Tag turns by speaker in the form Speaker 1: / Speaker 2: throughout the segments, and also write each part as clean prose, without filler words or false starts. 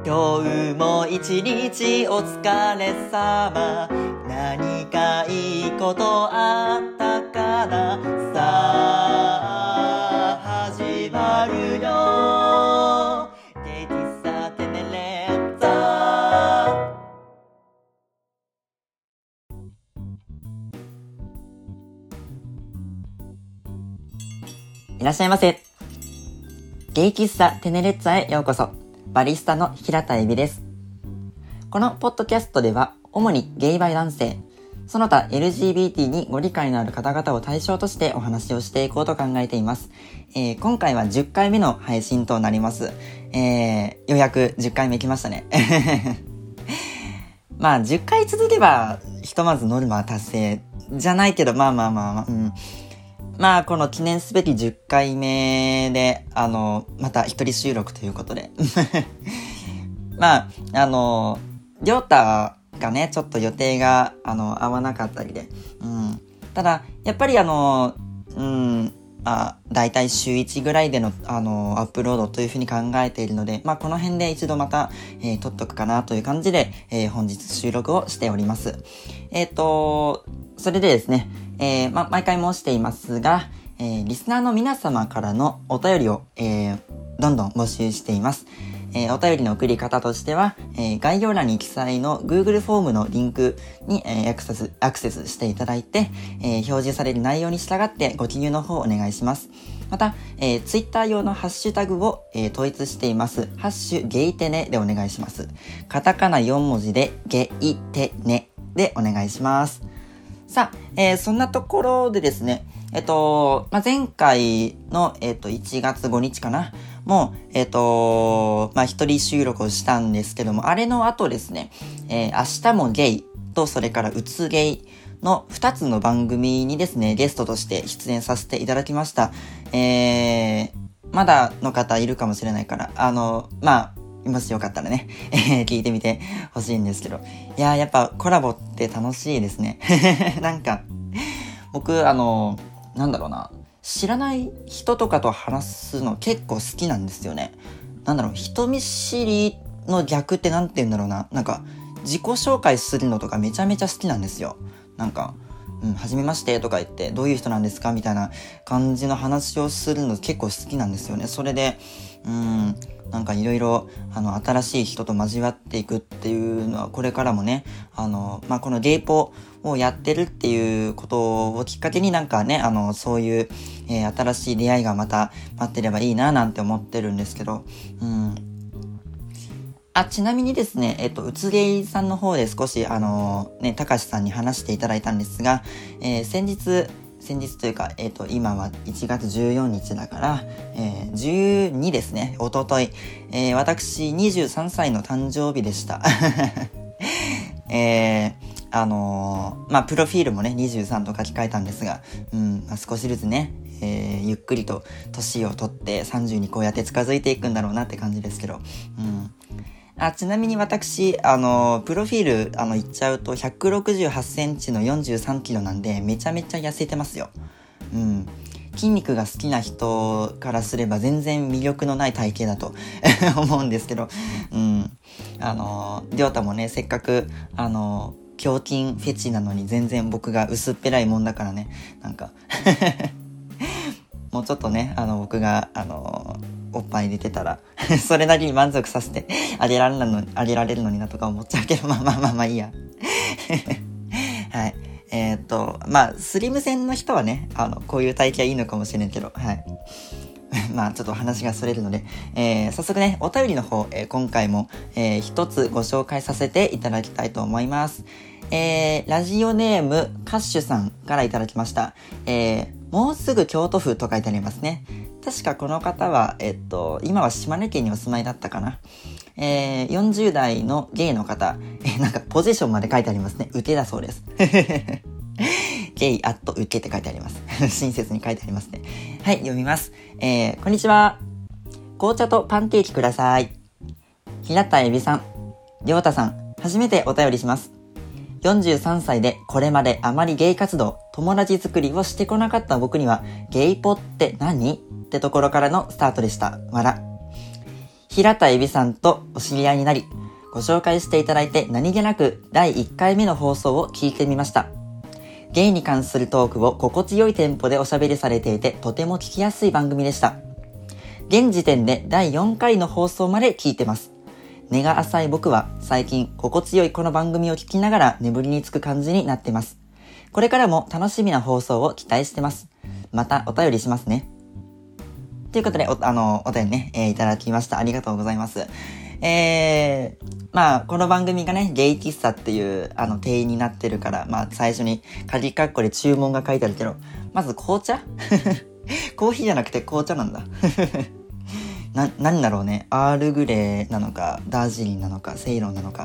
Speaker 1: 今日も一日お疲れ様。何かいいことあったかな。さあ始まるよ。ゲイ喫茶テネレッツァ。いらっしゃいませ。ゲイ喫茶テネレッツァへようこそ。バリスタの平田恵美です。このポッドキャストでは主にゲイバイ男性、その他 LGBT にご理解のある方々を対象としてお話をしていこうと考えています。今回は10回目の配信となります。ようやく10回目来ましたね。まあ10回続けばひとまずノルマ達成じゃないけど、まあこの記念すべき10回目でまた一人収録ということでりょうたがねちょっと予定が合わなかったりで、ただやっぱりだいたい週1ぐらいでのアップロードというふうに考えているので、この辺で一度また、撮っとくかなという感じで、本日収録をしております。それでですね、毎回申していますが、リスナーの皆様からのお便りを、どんどん募集しています。お便りの送り方としては、概要欄に記載の Google フォームのリンクに、アクセスしていただいて、表示される内容に従ってご記入の方をお願いします。また、Twitter 用のハッシュタグを、統一しています。ハッシュゲイテネでお願いします。カタカナ4文字でゲイテネでお願いします。さあ、そんなところでですね、前回の、1月5日かなもう、一人収録をしたんですけども、あれの後ですね、明日もゲイと、それからうつゲイの2つの番組にですね、ゲストとして出演させていただきました。まだの方いるかもしれないから、もしよかったらね、聞いてみてほしいんですけど。いやー、やっぱコラボって楽しいですね。なんか、僕、知らない人とかと話すの結構好きなんですよね。人見知りの逆ってなんて言うんだろうな。自己紹介するのとかめちゃめちゃ好きなんですよ。はじめましてとか言って、どういう人なんですかみたいな感じの話をするの結構好きなんですよね。それで、いろいろ、新しい人と交わっていくっていうのは、これからもね、このゲイポをやってるっていうことをきっかけにそういう、新しい出会いがまた待ってればいいななんて思ってるんですけど、ちなみにですね、うつげいさんの方で少したかしさんに話していただいたんですが、先日というか、今は1月14日だから、12ですね、おととい、私23歳の誕生日でした。プロフィールもね、23と書き換えたんですが、少しずつね、ゆっくりと年を取って30にこうやって近づいていくんだろうなって感じですけど、ちなみに私、プロフィール、言っちゃうと168センチの43キロなんで、めちゃめちゃ痩せてますよ。筋肉が好きな人からすれば全然魅力のない体型だと思うんですけど、りょうたもね、せっかく、胸筋フェチなのに全然僕が薄っぺらいもんだからね、もうちょっとね、僕が、おっぱい出てたらそれなりに満足させてあげられるのになとか思っちゃうけど、いいや。はい。スリム線の人はね、こういう体型いいのかもしれんけど、はい。ちょっと話がそれるので、早速ね、お便りの方、今回も、一つご紹介させていただきたいと思います。ラジオネーム、カッシュさんからいただきました。もうすぐ京都府と書いてありますね。確かこの方は、今は島根県にお住まいだったかな。40代のゲイの方、ポジションまで書いてありますね。受けだそうです。ゲイアット受けって書いてあります。親切に書いてありますね。はい、読みます。こんにちは。紅茶とパンケーキください。平田恵美さん、りょうたさん、初めてお便りします。43歳でこれまであまりゲイ活動、友達作りをしてこなかった僕には、ゲイポって何ってところからのスタートでした。 平田恵美さんとお知り合いになり、ご紹介していただいて何気なく第1回目の放送を聞いてみました。ゲイに関するトークを心地よいテンポでおしゃべりされていて、とても聞きやすい番組でした。現時点で第4回の放送まで聞いてます。根が浅い僕は最近心地よいこの番組を聞きながら眠りにつく感じになってます。これからも楽しみな放送を期待してます。またお便りしますね。ということで、お便りね、いただきました。ありがとうございます。まあ、この番組がね、ゲイ喫茶っていう、定員になってるから、まあ、最初に、鍵括弧で注文が書いてあるけど、まず紅茶コーヒーじゃなくて紅茶なんだ。何だろうね。アールグレーなのか、ダージリンなのか、セイロンなのか。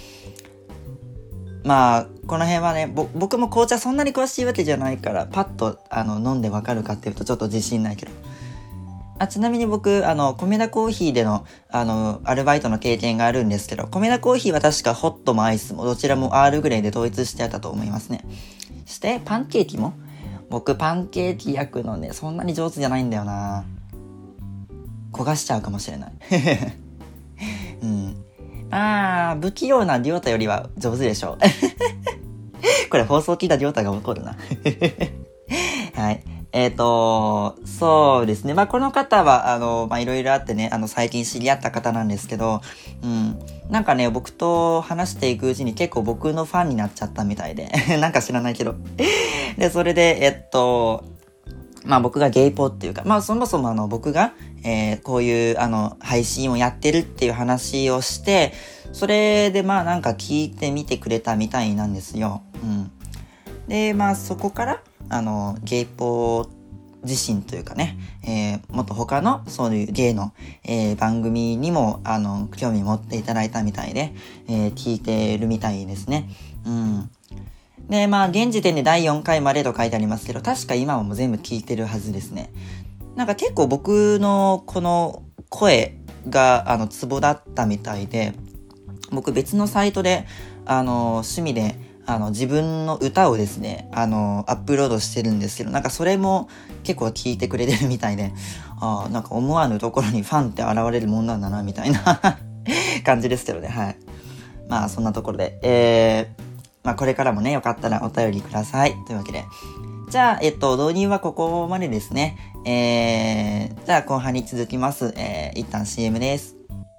Speaker 1: まあ、この辺はね、僕も紅茶そんなに詳しいわけじゃないから、パッと、飲んでわかるかっていうとちょっと自信ないけど。ちなみに僕、米田コーヒーでの、アルバイトの経験があるんですけど、米田コーヒーは確かホットもアイスもどちらもアールグレーで統一してあったと思いますね。して、パンケーキも僕、パンケーキ焼くのね、そんなに上手じゃないんだよな。焦がしちゃうかもしれない。うん。不器用なりょうたよりは上手でしょう。これ放送聞いたりょうたが怒るな。はい。そうですね。まあ、この方は、いろいろあってね、最近知り合った方なんですけど、なんかね、僕と話していくうちに結構僕のファンになっちゃったみたいで、なんか知らないけど。で、それで、まあ僕がゲイポっていうか、まあそもそも僕が、こういう配信をやってるっていう話をして、それでまあなんか聞いてみてくれたみたいなんですよ。で、まあそこから、ゲイポ自身というかね、もっと他のそういうゲイの、番組にも興味持っていただいたみたいで、聞いてるみたいですね。で、まあ現時点で第4回までと書いてありますけど、確か今はもう全部聞いてるはずですね。なんか結構僕のこの声がツボだったみたいで、僕別のサイトで趣味で自分の歌をですね、アップロードしてるんですけど、なんかそれも結構聞いてくれてるみたいで、なんか思わぬところにファンって現れるもんなんだな、みたいな感じですけどね、はい。まあそんなところで、まあこれからもね、よかったらお便りください。というわけで。じゃあ、導入はここまでですね。じゃあ後半に続きます。一旦 CM です。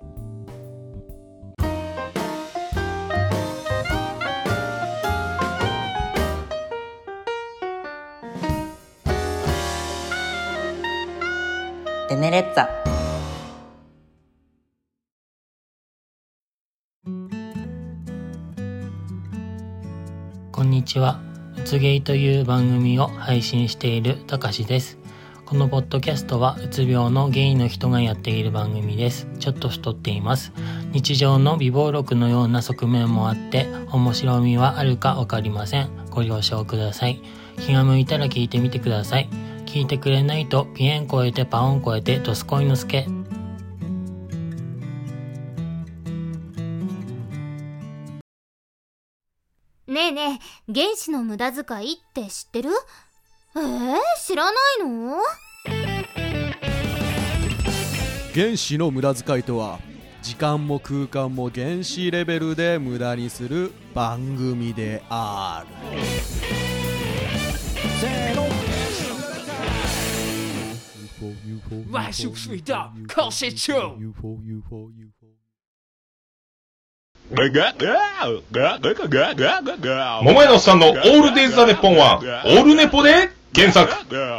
Speaker 1: テネレッツァ。
Speaker 2: こんにちは。うつゲイという番組を配信しているたかしです。このポッドキャストはうつ病のゲイの人がやっている番組です。ちょっと太っています。日常の美貌録のような側面もあって面白みはあるかわかりません。ご了承ください。気が向いたら聞いてみてください。聞いてくれないとピエン超えてパオン超えてドスコイのスケ。
Speaker 3: ねえねえ、原子の無駄遣いって知ってる？知らないの？
Speaker 4: 原子の無駄遣いとは、時間も空間も原子レベルで無駄にする番組である。せーの。
Speaker 5: 外食水だ、コシチュウ。
Speaker 6: 桃屋のおっさんのオールデイズ・ザ・ネッポンはオールネポで検索。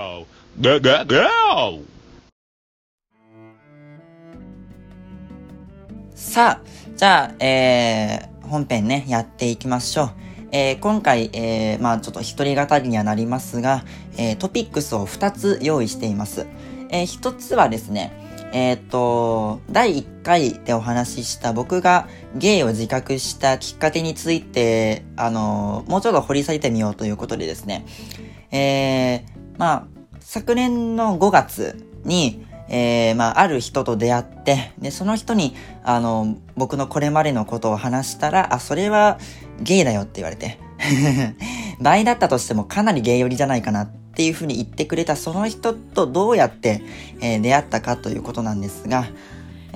Speaker 1: さあ、じゃあ、本編ね、やっていきましょう。今回、まあちょっと一人語りにはなりますが、トピックスを2つ用意しています。1つはですね、第1回でお話しした僕がゲイを自覚したきっかけについて、もうちょっと掘り下げてみようということでですね、まあ、昨年の5月に、まあ、ある人と出会って、で、その人に、僕のこれまでのことを話したら、それはゲイだよって言われて、倍だったとしてもかなりゲイ寄りじゃないかなっていうふうに言ってくれたその人とどうやって、出会ったかということなんですが、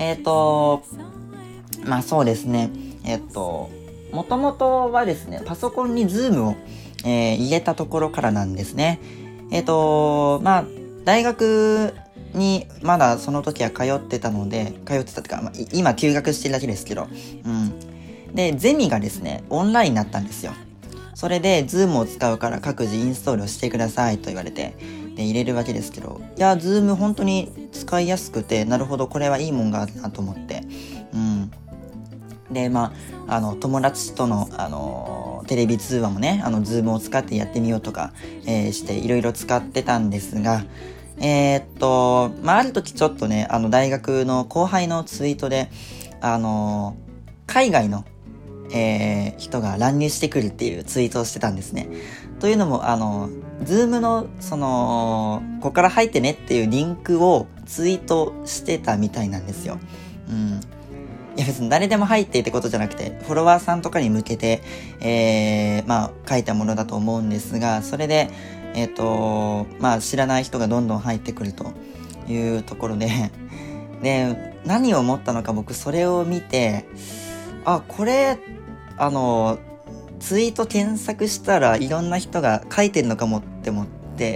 Speaker 1: まあそうですね。もともとはですね、パソコンにズームを、入れたところからなんですね。まあ、大学にまだその時は通ってたっていうか、まあ、今休学してるだけですけど、で、ゼミがですね、オンラインになったんですよ。それで、ズームを使うから各自インストールをしてくださいと言われて、で、入れるわけですけど、いや、ズーム本当に使いやすくて、なるほど、これはいいもんがあるなと思って、で、まあ、友達との、テレビ通話もね、ズームを使ってやってみようとか、していろいろ使ってたんですが、まあ、ある時ちょっとね、大学の後輩のツイートで、海外の、人が乱入してくるっていうツイートをしてたんですね。というのも、ズームの、ここから入ってねっていうリンクをツイートしてたみたいなんですよ。いや別に誰でも入ってってことじゃなくて、フォロワーさんとかに向けて、まあ、書いたものだと思うんですが、それで、まあ、知らない人がどんどん入ってくるというところで、で、何を思ったのか僕それを見て、あ、これ、ツイート検索したらいろんな人が書いてるのかもって思って、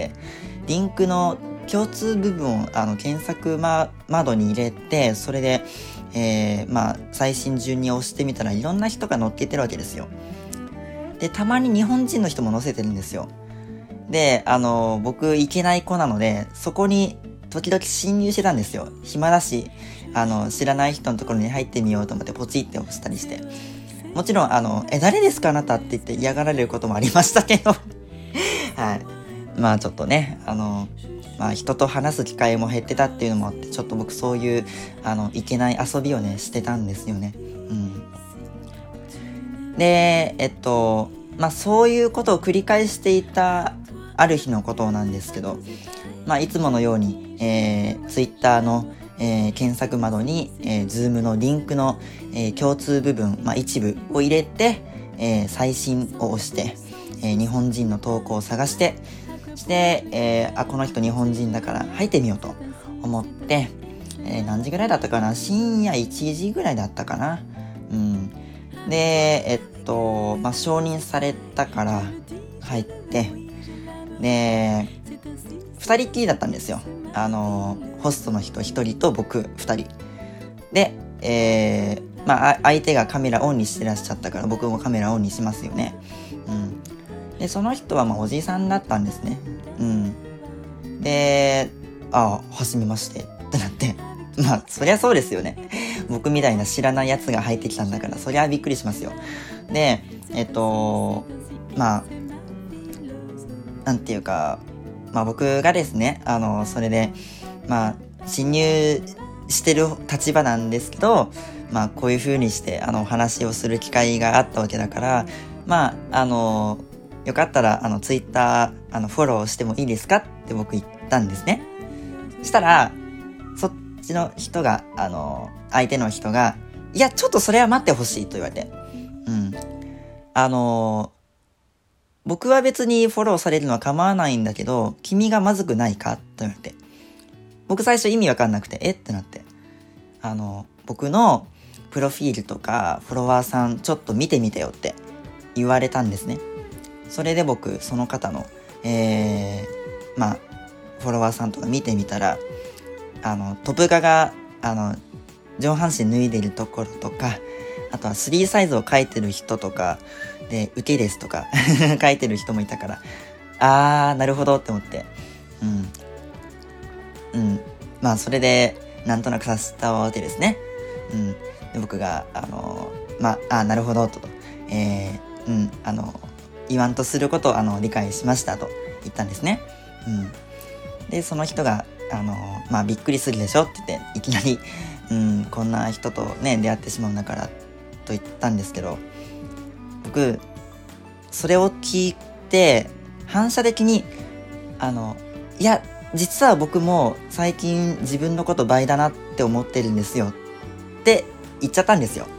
Speaker 1: リンクの共通部分を検索窓に入れて、それで、まあ、最新順に押してみたらいろんな人が載っけてるわけですよ。で、たまに日本人の人も載せてるんですよ。で、僕行けない子なので、そこに時々侵入してたんですよ。暇だし、知らない人のところに入ってみようと思ってポチって押したりして。もちろん、誰ですかあなたって言って嫌がられることもありましたけど。はい。まあちょっとね、まあ人と話す機会も減ってたっていうのもあって、ちょっと僕そういう、いけない遊びをね、してたんですよね。で、まあそういうことを繰り返していたある日のことなんですけど、まあいつものように、Twitter の、検索窓に、Zoom のリンクの、共通部分、まあ一部を入れて、最新を押して、日本人の投稿を探して、して、この人日本人だから入ってみようと思って、何時ぐらいだったかな、深夜1時ぐらいだったかな。で、まあ、承認されたから入って、で、二人っきりだったんですよ。ホストの人一人と僕二人。で、まあ、相手がカメラオンにしてらっしゃったから僕もカメラオンにしますよね。で、その人はまあおじさんだったんですね。で、はじめましてってなって。まあ、そりゃそうですよね。僕みたいな知らないやつが入ってきたんだから、そりゃびっくりしますよ。で、まあ、なんていうか、まあ僕がですね、それで、まあ、侵入してる立場なんですけど、まあ、こういう風にして、話をする機会があったわけだから、まあ、よかったら、ツイッター、フォローしてもいいですかって僕言ったんですね。したら、そっちの人が、相手の人が、いや、ちょっとそれは待ってほしいと言われて。僕は別にフォローされるのは構わないんだけど、君がまずくないかと言われて。僕最初意味わかんなくて、ってなって。僕のプロフィールとかフォロワーさんちょっと見てみてよって言われたんですね。それで僕、その方の、まあ、フォロワーさんとか見てみたら、トップ画が、上半身脱いでるところとか、あとは3サイズを書いてる人とか、で、受けですとか書いてる人もいたから、なるほどって思って。まあ、それで、なんとなくさせたわけですね。で僕が、まあ、なるほど、と。言わんとすることを、理解しましたと言ったんですね。で、その人が、まあ、びっくりするでしょって言って、いきなり、こんな人とね、出会ってしまうんだから、と言ったんですけど、僕、それを聞いて、反射的に、いや、実は僕も最近自分のこと倍だなって思ってるんですよって言っちゃったんですよ。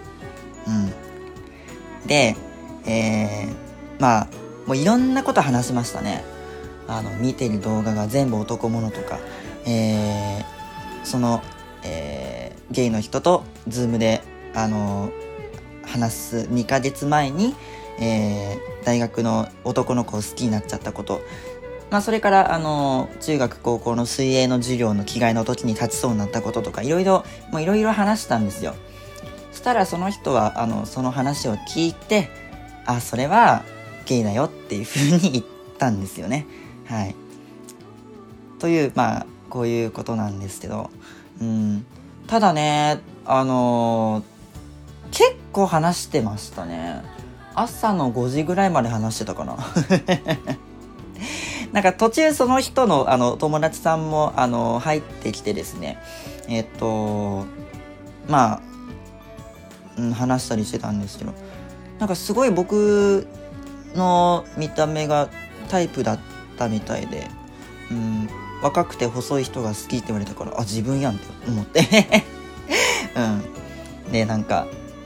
Speaker 1: で、まあ、もういろんなこと話しましたね。見てる動画が全部男物とか、その、 ゲイの人とズームで話す2ヶ月前に、大学の男の子を好きになっちゃったこと、それから中学高校の水泳の授業の着替えの時に立ちそうになったこととかいろいろ話したんですよ。そしたらその人はその話を聞いて、それはゲイだよっていう風に言ったんですよね。はい。というこういうことなんですけど、ただね結構話してましたね。朝の5時ぐらいまで話してたかな。なんか途中その人の友達さんも入ってきてですね、話したりしてたんですけど、なんかすごい僕の見た目がタイプだったみたいで、若くて細い人が好きって言われたから、自分やんって思ってでなんか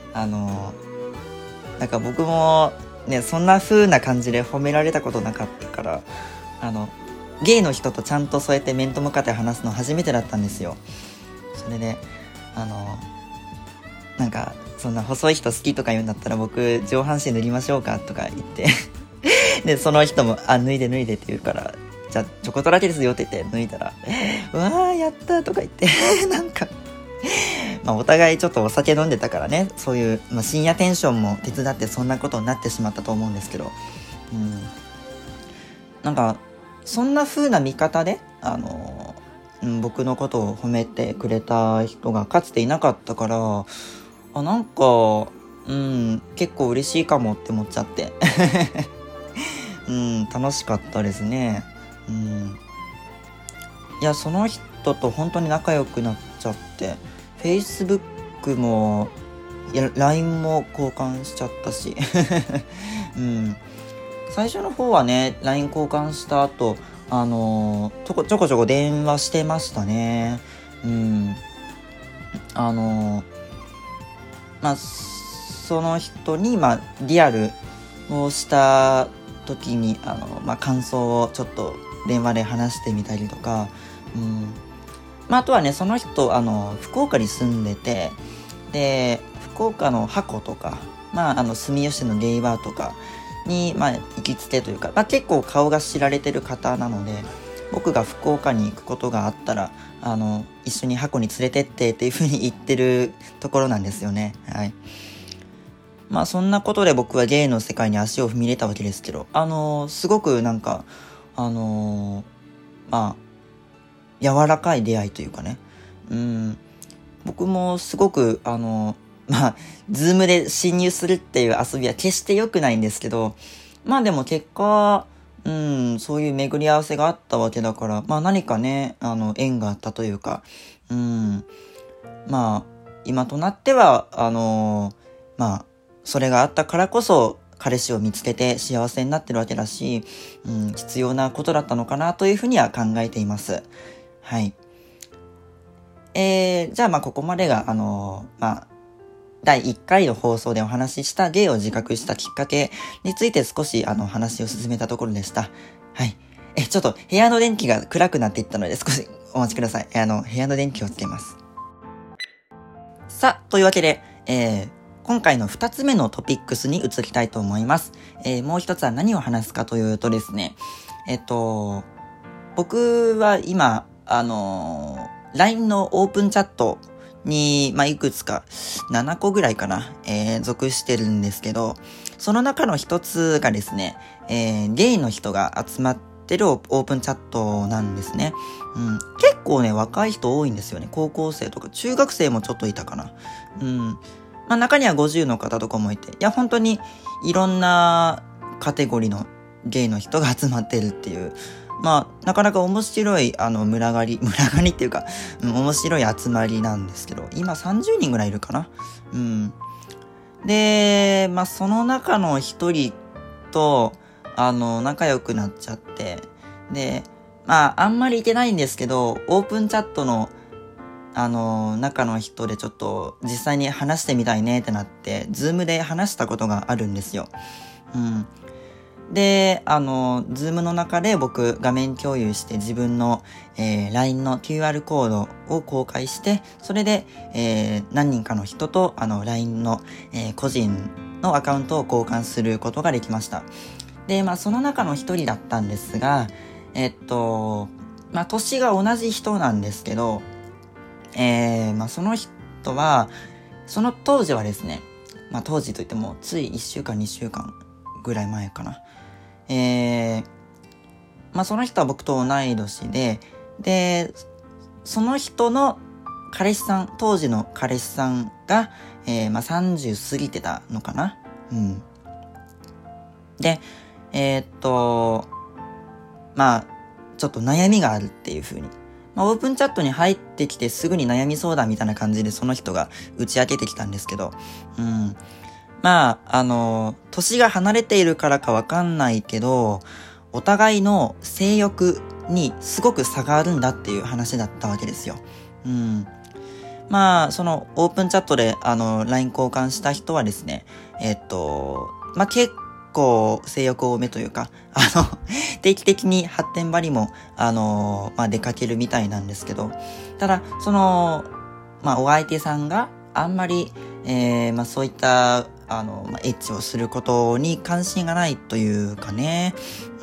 Speaker 1: 僕もねそんな風な感じで褒められたことなかったから、ゲイの人とちゃんとそうやって面と向かって話すの初めてだったんですよ。それでなんかそんな細い人好きとか言うんだったら僕上半身脱ぎましょうかとか言ってでその人も脱いでって言うから、じゃあチョコトラケですよって言って脱いだらうわーやったとか言ってなんかお互いちょっとお酒飲んでたからね、そういう、深夜テンションも手伝ってそんなことになってしまったと思うんですけど、なんかそんな風な見方で僕のことを褒めてくれた人がかつていなかったから、なんか結構嬉しいかもって思っちゃって楽しかったですね。いやその人と本当に仲良くなっちゃって、Facebook もLINE も交換しちゃったし最初の方はね LINE 交換した後ちょこちょこ電話してましたね。その人にリアルをした時に感想をちょっと電話で話してみたりとか、あとはねその人福岡に住んでて、で福岡の箱とか住吉のゲイバーとかに行きつけというか、結構顔が知られてる方なので、僕が福岡に行くことがあったら一緒に箱に連れてってっていう風に言ってるところなんですよね。はい。そんなことで僕はゲイの世界に足を踏み入れたわけですけど、すごくなんか柔らかい出会いというかね、僕もすごくズームで侵入するっていう遊びは決して良くないんですけど、でも結果そういう巡り合わせがあったわけだから、何かね縁があったというか、今となってはそれがあったからこそ彼氏を見つけて幸せになってるわけだし、必要なことだったのかなというふうには考えています。はい。じゃあここまでが第1回の放送でお話ししたゲイを自覚したきっかけについて少し話を進めたところでした。はい。ちょっと部屋の電気が暗くなっていったので少しお待ちください。部屋の電気をつけます。さあ、というわけで、今回の2つ目のトピックスに移りたいと思います。もう一つは何を話すかというとですね、僕は今、LINE のオープンチャットに、いくつか、7個ぐらいかな、属してるんですけど、その中の一つがですね、ゲイの人が集まってるオープンチャットなんですね。結構ね、若い人多いんですよね。高校生とか、中学生もちょっといたかな。中には50の方とかもいて、いや、本当にいろんなカテゴリーのゲイの人が集まってるっていう、なかなか面白い、群がりっていうか、面白い集まりなんですけど、今30人ぐらいいるかな。で、その中の一人と、仲良くなっちゃって、で、あんまりいけないんですけど、オープンチャットの、中の人でちょっと実際に話してみたいねってなって、ズームで話したことがあるんですよ。 で、ズームの中で僕画面共有して自分の、LINE の QR コードを公開して、それで、何人かの人とLINE の、個人のアカウントを交換することができました。で、その中の一人だったんですが、年が同じ人なんですけど、その人は、その当時はですね、当時といってもつい1週間2週間ぐらい前かな。その人は僕と同い年で、その人の彼氏さん、当時の彼氏さんが、30過ぎてたのかな。で、ちょっと悩みがあるっていう風に。オープンチャットに入ってきてすぐに悩み相談みたいな感じでその人が打ち明けてきたんですけど、年が離れているからかわかんないけど、お互いの性欲にすごく差があるんだっていう話だったわけですよ。そのオープンチャットでLINE 交換した人はですね、結構性欲多めというか、定期的に発展場にも、出かけるみたいなんですけど、ただ、お相手さんがあんまり、そういったエッチをすることに関心がないというかね。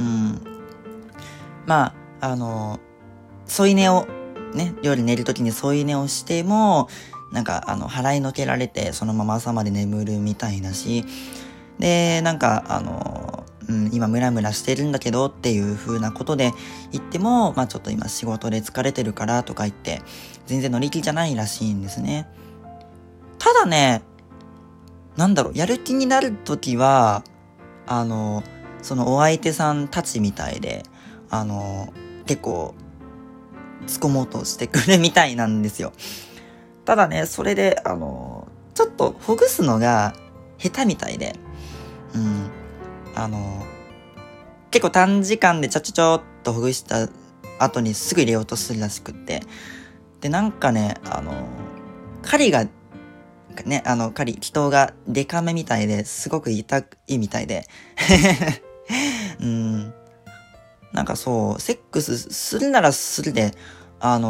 Speaker 1: 添い寝を、ね、夜寝るときに添い寝をしても、払いのけられて、そのまま朝まで眠るみたいだし、で、今ムラムラしてるんだけどっていう風なことで言っても、ちょっと今仕事で疲れてるからとか言って、全然乗り気じゃないらしいんですね。ただね、やる気になるときは、そのお相手さんたちみたいで、結構、突っ込もうとしてくるみたいなんですよ。ただね、それで、ちょっとほぐすのが下手みたいで、結構短時間でちょっとほぐした後にすぐ入れようとするらしくって、で、針が、気筒がデカめみたいですごく痛いみたいでそう、セックスするならするで、ちゃ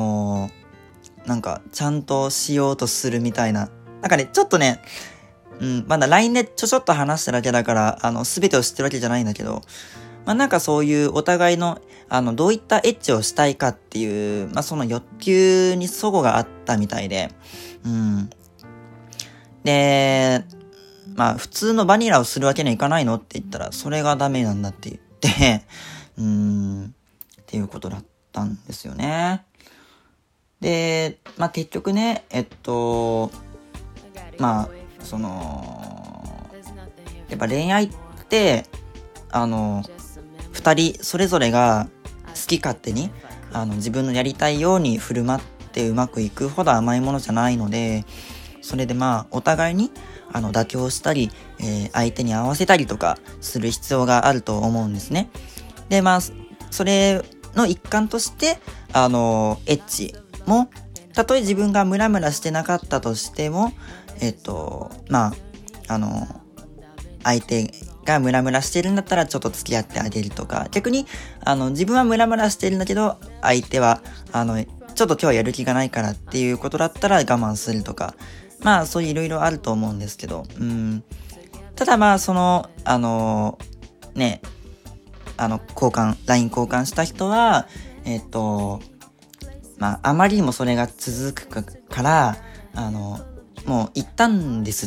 Speaker 1: んとしようとするみたいな。ちょっとね、まだ LINE でちょっと話しただけだから、すべてを知ってるわけじゃないんだけど、そういうお互いの、どういったエッチをしたいかっていう、その欲求に齟齬があったみたいで、で、普通のバニラをするわけにはいかないのって言ったら、それがダメなんだって言って、っていうことだったんですよね。で、結局ね、やっぱ恋愛って、二人それぞれが好き勝手に、自分のやりたいように振る舞ってうまくいくほど甘いものじゃないので、それでお互いに、妥協したり、相手に合わせたりとかする必要があると思うんですね。で、それの一環として、エッチも、たとえ自分がムラムラしてなかったとしても、相手がムラムラしてるんだったらちょっと付き合ってあげるとか、逆に、自分はムラムラしてるんだけど、相手は、ちょっと今日はやる気がないからっていうことだったら我慢するとか、そういういろいろあると思うんですけど、ただLINE 交換した人は、あまりにもそれが続くから、もう言ったんですって。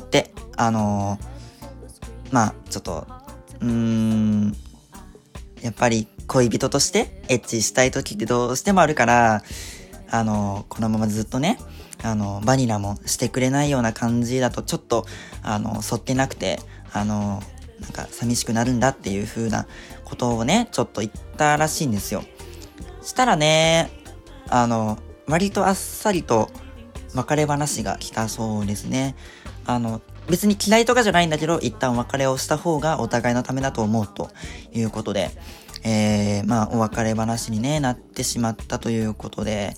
Speaker 1: やっぱり恋人としてエッチしたい時ってどうしてもあるから、このままずっとね、バニラもしてくれないような感じだとちょっと、そっけなくて、寂しくなるんだっていう風なことをね、ちょっと言ったらしいんですよ。したらね、割とあっさりと別れ話が来たそうですね。別に嫌いとかじゃないんだけど、一旦別れをした方がお互いのためだと思うということで、お別れ話にね、なってしまったということで、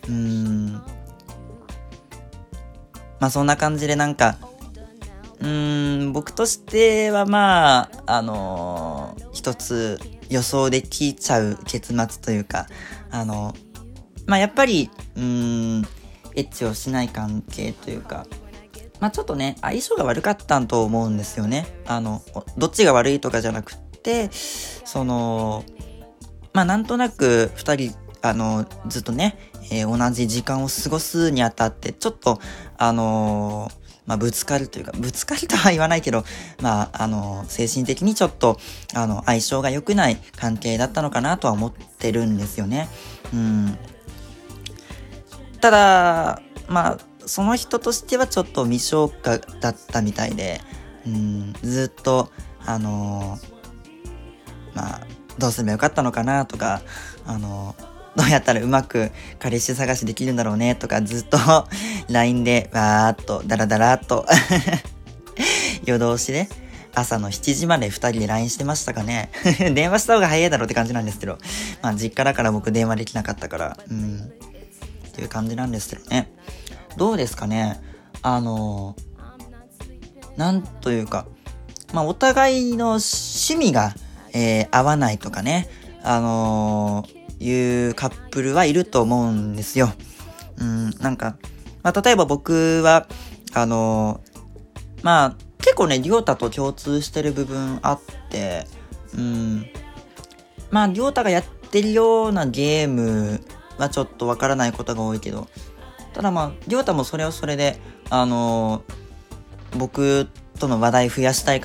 Speaker 1: そんな感じで僕としては一一つ予想できちゃう結末というか、やっぱり、エッチをしない関係というか、ちょっとね、相性が悪かったと思うんですよね。どっちが悪いとかじゃなくて、なんとなく二人、ずっとね、同じ時間を過ごすにあたって、ちょっと、ぶつかるというか、ぶつかるとは言わないけど、精神的にちょっと、相性が良くない関係だったのかなとは思ってるんですよね。ただ、その人としてはちょっと未消化だったみたいで、ずっと、どうすればよかったのかなとか、どうやったらうまく彼氏探しできるんだろうねとか、ずっと LINE でわーっとダラダラっと夜通しで朝の7時まで2人で LINE してましたかね。電話した方が早いだろうって感じなんですけど、実家だから僕電話できなかったから、っていう感じなんですけどね。どうですかね。なんというか、お互いの趣味が、合わないとかね、いうカップルはいると思うんですよ。例えば僕は、結構ね、りょうたと共通してる部分あって、りょうたがやってるようなゲームはちょっとわからないことが多いけど、ただりょうたもそれはそれで、僕との話題増やしたいから、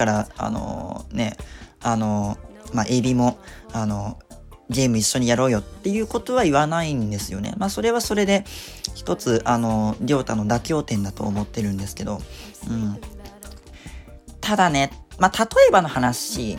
Speaker 1: エビも、ゲーム一緒にやろうよっていうことは言わないんですよね。それはそれで一つりょうたの妥協点だと思ってるんですけど、ただね、例えばの話、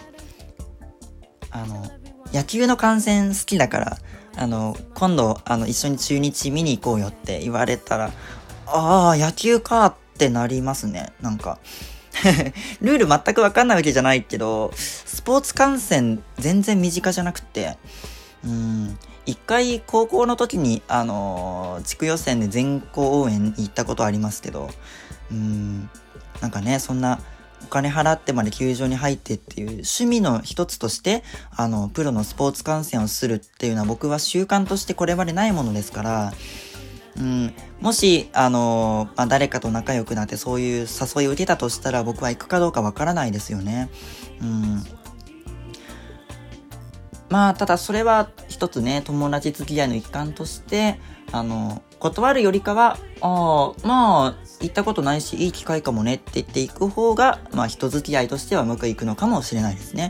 Speaker 1: 野球の観戦好きだから今度一緒に中日見に行こうよって言われたら、野球かってなりますね。ルール全く分かんないわけじゃないけど、スポーツ観戦全然身近じゃなくて、一回高校の時に地区予選で全校応援に行ったことありますけど、そんなお金払ってまで球場に入ってっていう趣味の一つとしてプロのスポーツ観戦をするっていうのは僕は習慣としてこれまでないものですから、もし誰かと仲良くなってそういう誘いを受けたとしたら、僕は行くかどうかわからないですよね。ただそれは一つね、友達付き合いの一環として断るよりかは行ったことないしいい機会かもねって言っていく方が人付き合いとしてはうまくいくのかもしれないですね。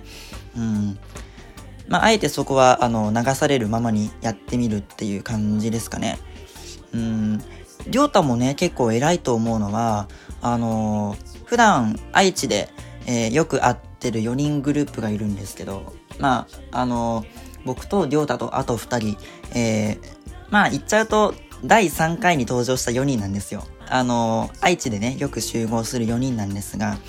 Speaker 1: あえてそこは流されるままにやってみるっていう感じですかね。りょうたもね、結構偉いと思うのは普段愛知で、よく会ってる4人グループがいるんですけど、僕とりょうたとあと2人、言っちゃうと第3回に登場した4人なんですよ。愛知でね、よく集合する4人なんですが、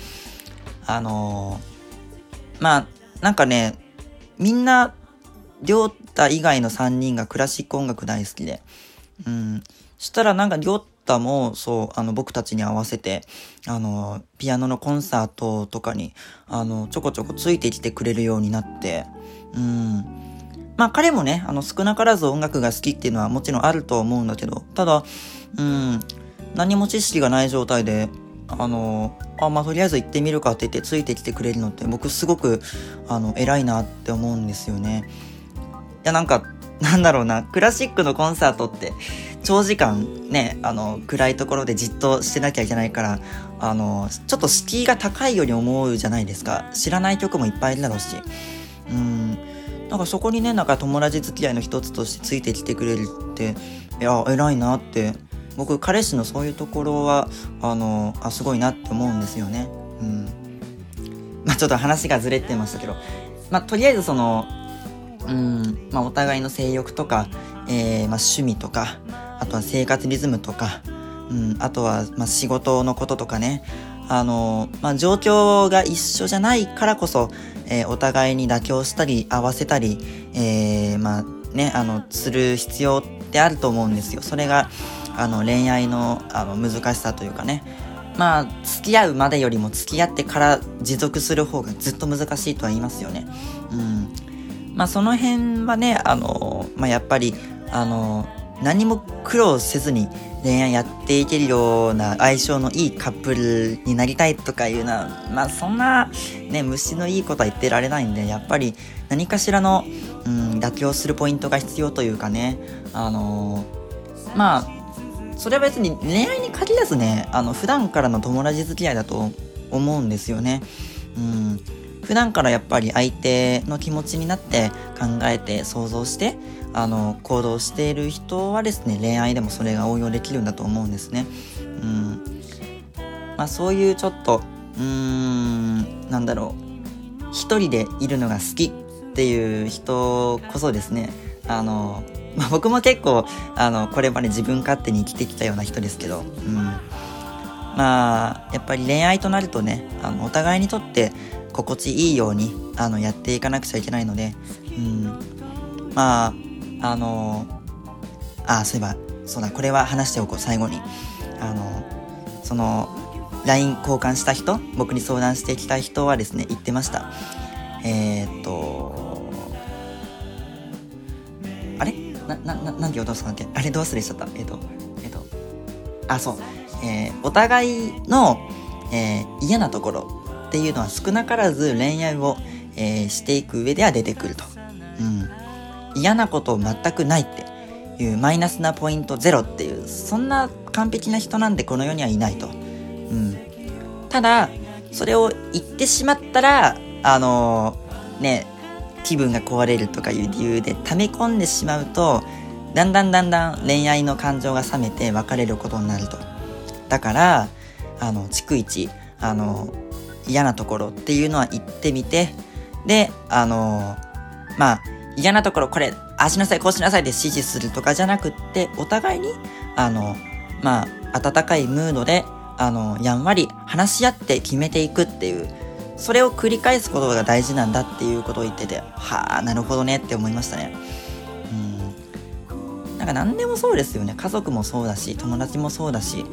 Speaker 1: みんなりょうた以外の3人がクラシック音楽大好きで、したらりょうたも僕たちに合わせてピアノのコンサートとかにちょこちょこついてきてくれるようになって、彼もね少なからず音楽が好きっていうのはもちろんあると思うんだけど、ただ何も知識がない状態でとりあえず行ってみるかって言ってついてきてくれるのって僕すごく偉いなって思うんですよね。いやクラシックのコンサートって長時間ね暗いところでじっとしてなきゃいけないからちょっと敷居が高いように思うじゃないですか。知らない曲もいっぱいいるだろうし、そこにね友達付き合いの一つとしてついてきてくれるって、いや偉いなって、僕彼氏のそういうところはすごいなって思うんですよね。ちょっと話がずれてましたけど、とりあえずお互いの性欲とか、趣味とか、あとは生活リズムとか、あとは仕事のこととかね、状況が一緒じゃないからこそ、お互いに妥協したり合わせたり、する必要ってあると思うんですよ。それが恋愛の難しさというかね、付き合うまでよりも付き合ってから持続する方がずっと難しいとは言いますよね。 その辺はね、やっぱり、何も苦労せずに恋愛やっていけるような相性のいいカップルになりたいとかいうのは、そんなね、虫のいいことは言ってられないんで、やっぱり何かしらの、妥協するポイントが必要というかね、それは別に恋愛に限らずね、普段からの友達付き合いだと思うんですよね。普段からやっぱり相手の気持ちになって考えて想像して行動している人はですね、恋愛でもそれが応用できるんだと思うんですね。そういうちょっと一人でいるのが好きっていう人こそですね、僕も結構これまで自分勝手に生きてきたような人ですけど、やっぱり恋愛となるとね、お互いにとって心地いいようにやっていかなくちゃいけないので、そうだ、これは話しておこう。最後にその LINE 交換した人、僕に相談してきた人はですね、言ってました。あれなんて言おうとしたんだっけ、あれどう忘れしちゃった。お互いの、嫌なところっていうのは少なからず恋愛を、していく上では出てくると。嫌なこと全くないっていう、マイナスなポイントゼロっていう、そんな完璧な人なんてこの世にはいないと。ただそれを言ってしまったら気分が壊れるとかいう理由で溜め込んでしまうと、だんだん恋愛の感情が冷めて別れることになると。だから逐一嫌なところっていうのは言ってみて、で嫌なところ、これああしなさいこうしなさいで指示するとかじゃなくって、お互いに温かいムードでやんわり話し合って決めていくっていう、それを繰り返すことが大事なんだっていうことを言ってて、なるほどねって思いましたね。何でもそうですよね。家族もそうだし、友達もそうだし、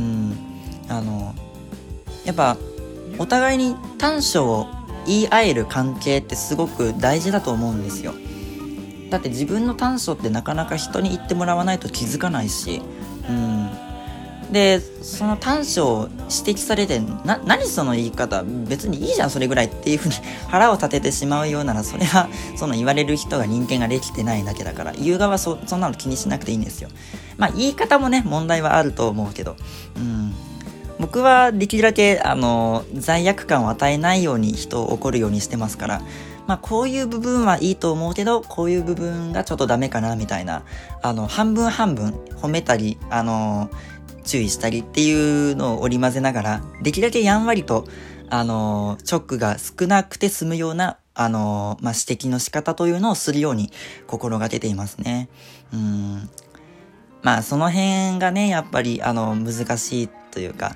Speaker 1: やっぱお互いに短所を言い合える関係ってすごく大事だと思うんですよ。だって自分の短所ってなかなか人に言ってもらわないと気づかないし、でその短所を指摘されて、何その言い方、別にいいじゃんそれぐらいっていうふうに腹を立ててしまうようなら、それはその言われる人が人間ができてないだけだから、言う側はそんなの気にしなくていいんですよ。言い方もね、問題はあると思うけど、僕はできるだけ罪悪感を与えないように人を怒るようにしてますから、こういう部分はいいと思うけど、こういう部分がちょっとダメかなみたいな、半分褒めたり注意したりっていうのを織り交ぜながら、できるだけやんわりとショックが少なくて済むような指摘の仕方というのをするように心がけていますね。その辺がね、やっぱり難しいというか、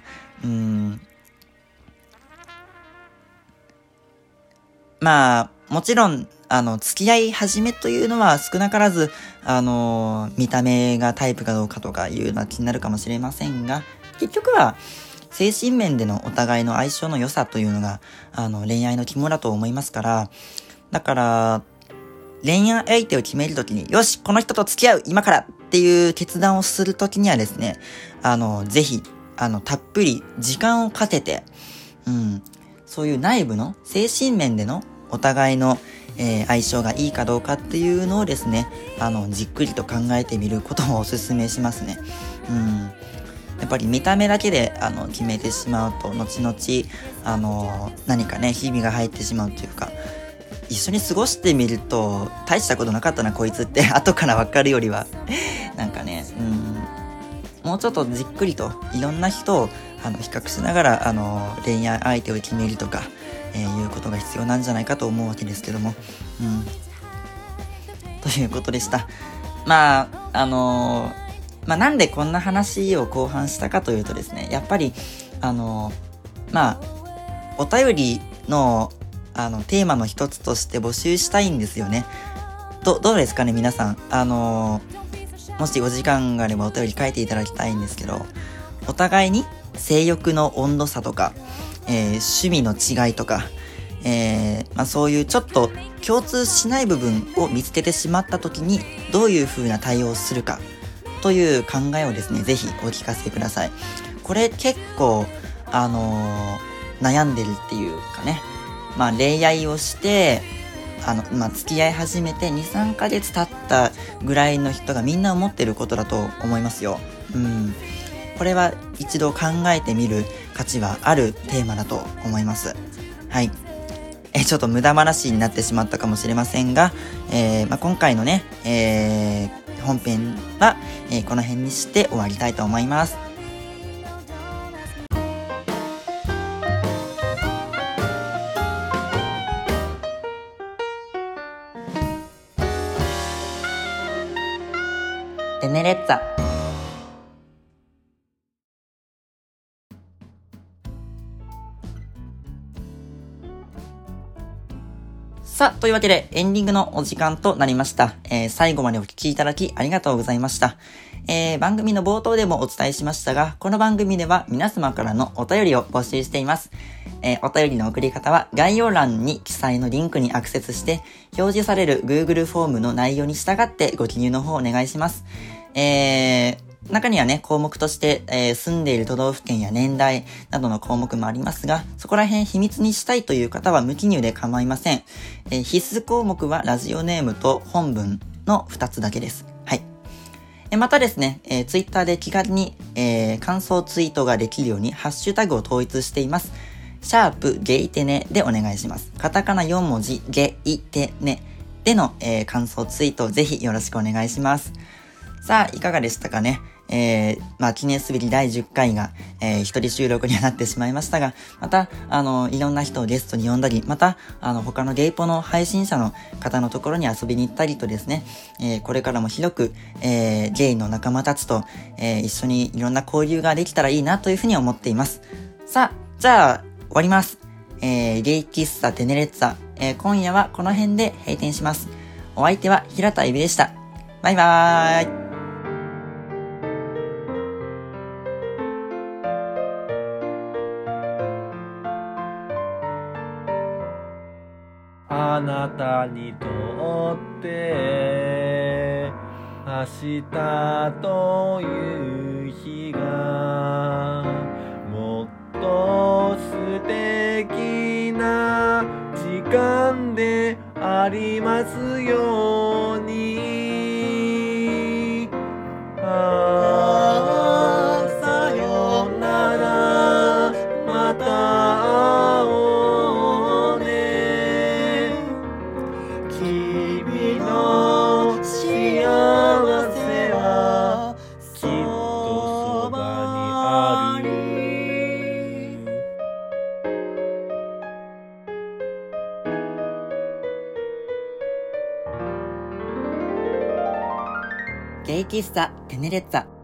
Speaker 1: もちろん付き合い始めというのは少なからず見た目がタイプかどうかとかいうのは気になるかもしれませんが、結局は精神面でのお互いの相性の良さというのが恋愛の肝だと思いますから、だから恋愛相手を決めるときに、よしこの人と付き合う今からっていう決断をするときにはですね、ぜひたっぷり時間をかけて、そういう内部の精神面でのお互いの、相性がいいかどうかっていうのをですね、じっくりと考えてみることをお勧めしますね。やっぱり見た目だけで決めてしまうと、後々何かね、ひびが入ってしまうというか、一緒に過ごしてみると大したことなかったなこいつって後から分かるよりはなんかね、もうちょっとじっくりといろんな人を比較しながら恋愛相手を決めるとか、いうことが必要なんじゃないかと思うわけですけども、ということでした。なんでこんな話を後半したかというとですね、やっぱりお便りのテーマの一つとして募集したいんですよね。どうですかね皆さん。もしお時間があればお便り書いていただきたいんですけど、お互いに性欲の温度差とか、趣味の違いとか、 そういうちょっと共通しない部分を見つけてしまった時にどういう風な対応をするかという考えをですね、ぜひお聞かせください。これ結構悩んでるっていうかね、恋愛をして付き合い始めて 2,3 ヶ月経ったぐらいの人がみんな思ってることだと思いますよ。これは一度考えてみる価値はあるテーマだと思います。はい。ちょっと無駄話になってしまったかもしれませんが、今回のね、本編は、この辺にして終わりたいと思います。テネレッツァ。さあ、というわけでエンディングのお時間となりました。最後までお聞きいただきありがとうございました。番組の冒頭でもお伝えしましたが、この番組では皆様からのお便りを募集しています。お便りの送り方は概要欄に記載のリンクにアクセスして表示される Google フォームの内容に従ってご記入の方お願いします。中にはね、項目として、住んでいる都道府県や年代などの項目もありますが、そこら辺秘密にしたいという方は無記入で構いません。必須項目はラジオネームと本文の2つだけです。はい。またですね、ツイッターで気軽に、感想ツイートができるようにハッシュタグを統一しています。ゲイテネでお願いします。カタカナ4文字ゲイテネでの、感想ツイートをぜひよろしくお願いします。さあ、いかがでしたかね。記念すべき第10回が、一人収録にはなってしまいましたが、また、いろんな人をゲストに呼んだり、また、他のゲイポの配信者の方のところに遊びに行ったりとですね、これからも広く、ゲイの仲間たちと、一緒にいろんな交流ができたらいいなというふうに思っています。さあ、じゃあ、終わります。ゲイ喫茶テネレッツァ、今夜はこの辺で閉店します。お相手は平田エビでした。バイバーイ。
Speaker 7: あなたにとって明日という日がもっと素敵な時間でありますように。さよなら、また会おうね。君の幸せはきっとそばにある。
Speaker 1: ゲイ喫茶テネレッツァ。